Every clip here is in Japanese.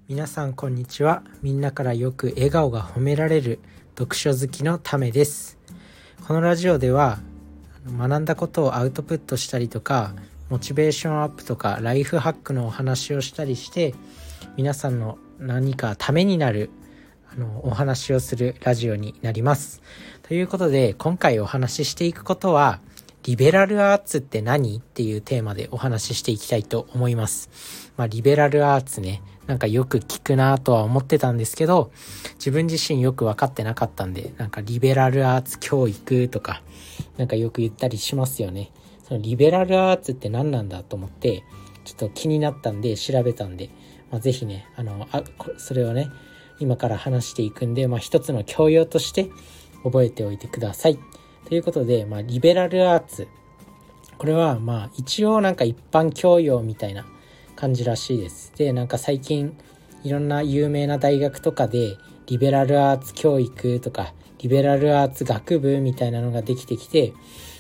皆さんこんにちは。みんなからよく笑顔が褒められる読書好きのためです。このラジオでは学んだことをアウトプットしたりとか、モチベーションアップとかライフハックのお話をしたりして、皆さんの何かためになるお話をするラジオになります。ということで、今回お話ししていくことは、リベラルアーツって何っていうテーマでお話ししていきたいと思います。リベラルアーツね、なんかよく聞くなとは思ってたんですけど、自分自身よく分かってなかったんで、なんかリベラルアーツ教育とかなんかよく言ったりしますよね。そのリベラルアーツって何なんだと思ってちょっと気になったんで調べたんで、ぜひねそれをね今から話していくんで、一つの教養として覚えておいてください。ということで、リベラルアーツ、これは一応なんか一般教養みたいな感じらしいです。で、なんか最近いろんな有名な大学とかでリベラルアーツ教育とかリベラルアーツ学部みたいなのができてきて、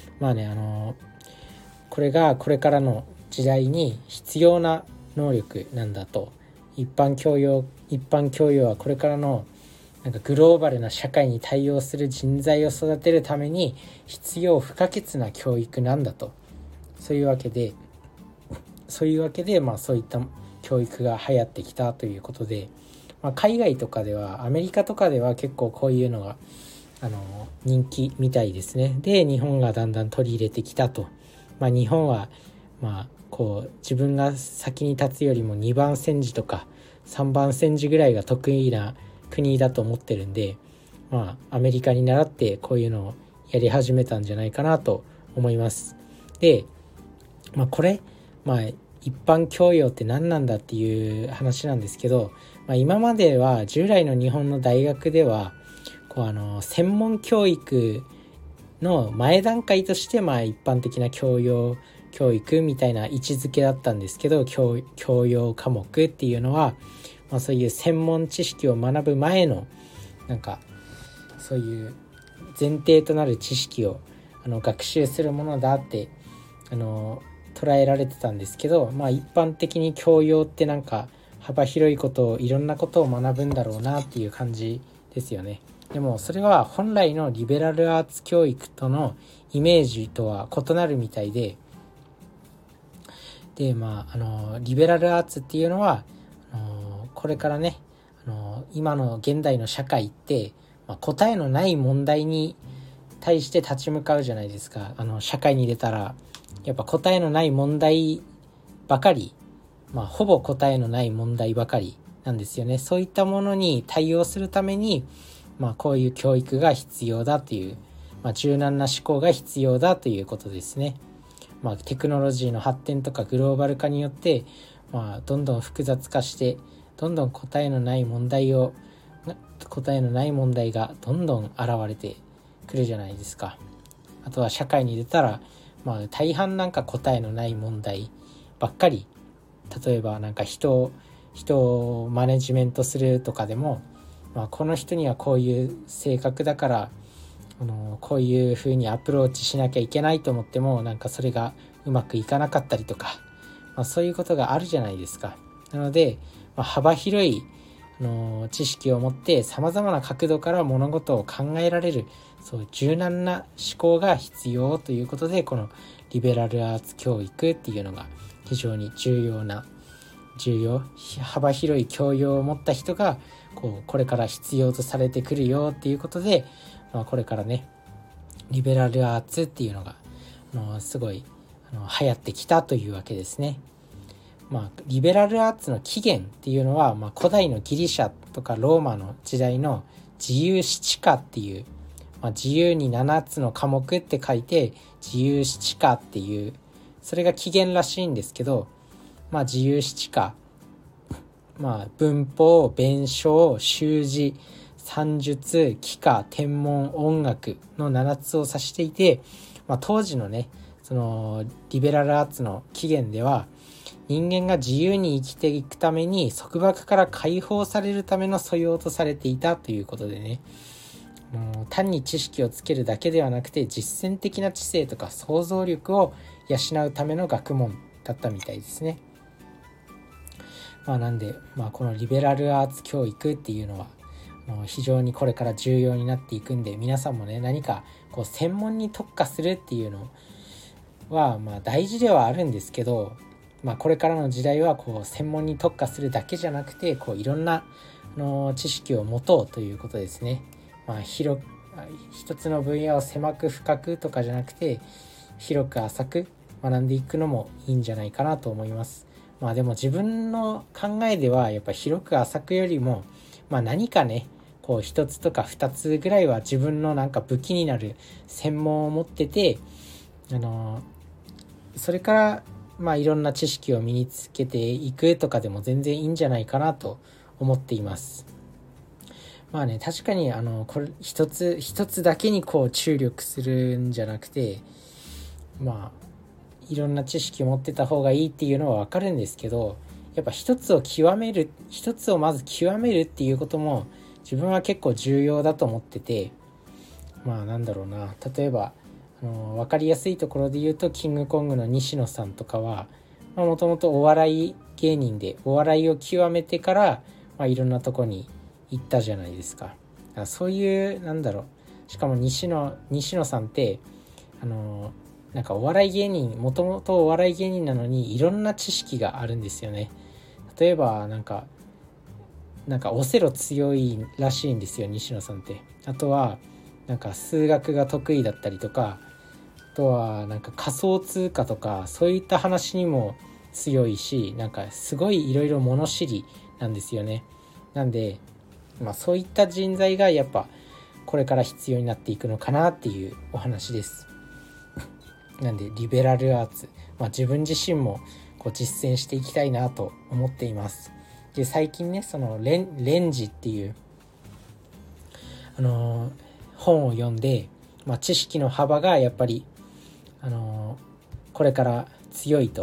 これがこれからの時代に必要な能力なんだと。一般教養はこれからのなんかグローバルな社会に対応する人材を育てるために必要不可欠な教育なんだと。そういうわけでそういった教育が流行ってきたということで、海外とかではアメリカとかでは結構こういうのが人気みたいですね。で、日本がだんだん取り入れてきたと。日本は自分が先に立つよりも2番煎じとか3番煎じぐらいが得意な国だと思ってるんで、アメリカに倣ってこういうのをやり始めたんじゃないかなと思います。で、これ一般教養って何なんだっていう話なんですけど、今までは従来の日本の大学では専門教育の前段階として一般的な教養教育みたいな位置づけだったんですけど、教養科目っていうのは、そういう専門知識を学ぶ前のなんかそういう前提となる知識を学習するものだって捉えられてたんですけど、一般的に教養ってなんか幅広いことをいろんなことを学ぶんだろうなっていう感じですよね。でもそれは本来のリベラルアーツ教育とのイメージとは異なるみたいで、リベラルアーツっていうのはこれからね今の現代の社会って、答えのない問題に対して立ち向かうじゃないですか。社会に出たらやっぱ答えのない問題ばかり、ほぼ答えのない問題ばかりなんですよね。そういったものに対応するためにこういう教育が必要だという、柔軟な思考が必要だということですね。テクノロジーの発展とかグローバル化によって、どんどん複雑化してどんどん答えのない問題がどんどん現れてくるじゃないですか。あとは社会に出たら、大半なんか答えのない問題ばっかり。例えばなんか人をマネジメントするとかでも、この人にはこういう性格だからこういう風にアプローチしなきゃいけないと思っても、なんかそれがうまくいかなかったりとか、そういうことがあるじゃないですか。なので、幅広い知識を持って様々な角度から物事を考えられる、そう柔軟な思考が必要ということで、このリベラルアーツ教育っていうのが非常に幅広い教養を持った人がこれから必要とされてくるよっていうことで、これからねリベラルアーツっていうのがすごい流行ってきたというわけですね。リベラルアーツの起源っていうのは、古代のギリシャとかローマの時代の自由七科っていう、自由に7つの科目って書いて自由七科っていう、それが起源らしいんですけど、自由七科、文法、弁証、習字、算術、幾何、天文、音楽の7つを指していて、当時のねそのリベラルアーツの起源では、人間が自由に生きていくために束縛から解放されるための素養とされていたということでね、単に知識をつけるだけではなくて実践的な知性とか想像力を養うための学問だったみたいですね。 なんで、このリベラルアーツ教育っていうのは非常にこれから重要になっていくんで、皆さんもね何かこう専門に特化するっていうのは大事ではあるんですけど、これからの時代はこう専門に特化するだけじゃなくて、こういろんな知識を持とうということですね。一つの分野を狭く深くとかじゃなくて、広く浅く学んでいくのもいいんじゃないかなと思います。でも自分の考えではやっぱ広く浅くよりも、何かねこう一つとか二つぐらいは自分のなんか武器になる専門を持ってて、それからいろんな知識を身につけていくとかでも全然いいんじゃないかなと思っています。確かにこれ一つだけにこう注力するんじゃなくて、いろんな知識を持ってた方がいいっていうのは分かるんですけど、やっぱ一つをまず極めるっていうことも自分は結構重要だと思ってて、例えば分かりやすいところで言うと、キングコングの西野さんとかはもともとお笑い芸人でお笑いを極めてから、いろんなとこに行ったじゃないですか。だからそういうしかも西野さんってなんかお笑い芸人、もともとお笑い芸人なのにいろんな知識があるんですよね。例えばなんかオセロ強いらしいんですよ、西野さんって。あとはなんか数学が得意だったりとか、あとはなんか仮想通貨とかそういった話にも強いし、なんかすごいいろいろ物知りなんですよね。なんでそういった人材がやっぱこれから必要になっていくのかなっていうお話です。なんでリベラルアーツ、自分自身もこう実践していきたいなと思っています。で最近ね、そのレンジっていう本を読んで、知識の幅がやっぱりこれから強いと。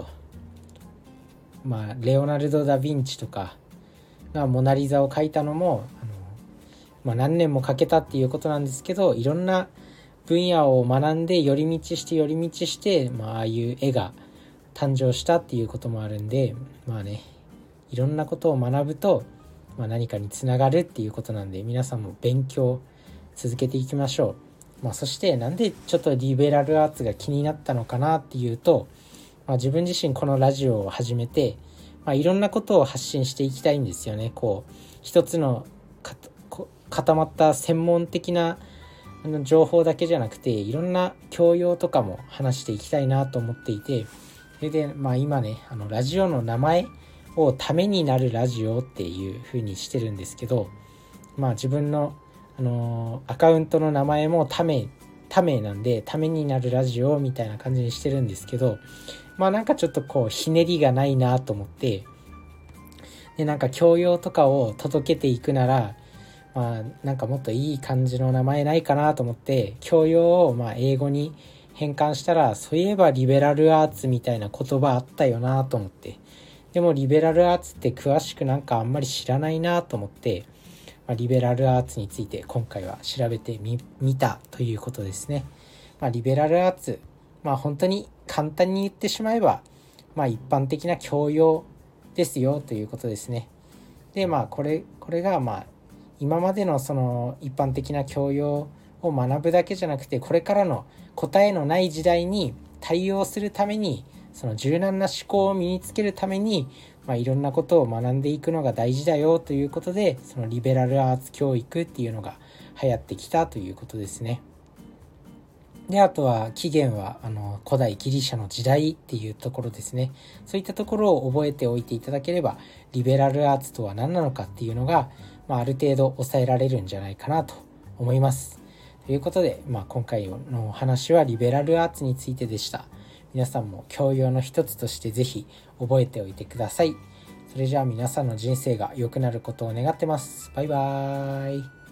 レオナルド・ダ・ヴィンチとかがモナリザを描いたのも何年もかけたっていうことなんですけど、いろんな分野を学んで寄り道して、ああいう絵が誕生したっていうこともあるんで、いろんなことを学ぶと、何かにつながるっていうことなんで、皆さんも勉強続けていきましょう。そしてなんでちょっとリベラルアーツが気になったのかなっていうと、自分自身このラジオを始めて、いろんなことを発信していきたいんですよね。こう一つの固まった専門的な情報だけじゃなくて、いろんな教養とかも話していきたいなと思っていて、それで今ねラジオの名前をためになるラジオっていう風にしてるんですけど、自分のアカウントの名前もためなんで、ためになるラジオみたいな感じにしてるんですけど、なんかちょっとこうひねりがないなと思って、でなんか教養とかを届けていくなら、なんかもっといい感じの名前ないかなと思って、教養を英語に変換したら、そういえばリベラルアーツみたいな言葉あったよなと思って、でもリベラルアーツって詳しくなんかあんまり知らないなと思って、リベラルアーツについて今回は調べてみたということですね。リベラルアーツ、本当に簡単に言ってしまえば、一般的な教養ですよということですね。でこれが今までのその一般的な教養を学ぶだけじゃなくて、これからの答えのない時代に対応するために、その柔軟な思考を身につけるために、いろんなことを学んでいくのが大事だよということで、そのリベラルアーツ教育っていうのが流行ってきたということですね。であとは起源は古代ギリシャの時代っていうところですね。そういったところを覚えておいていただければ、リベラルアーツとは何なのかっていうのが、ある程度抑えられるんじゃないかなと思います。ということで、今回のお話はリベラルアーツについてでした。皆さんも教養の一つとしてぜひ覚えておいてください。それじゃあ皆さんの人生が良くなることを願ってます。バイバーイ。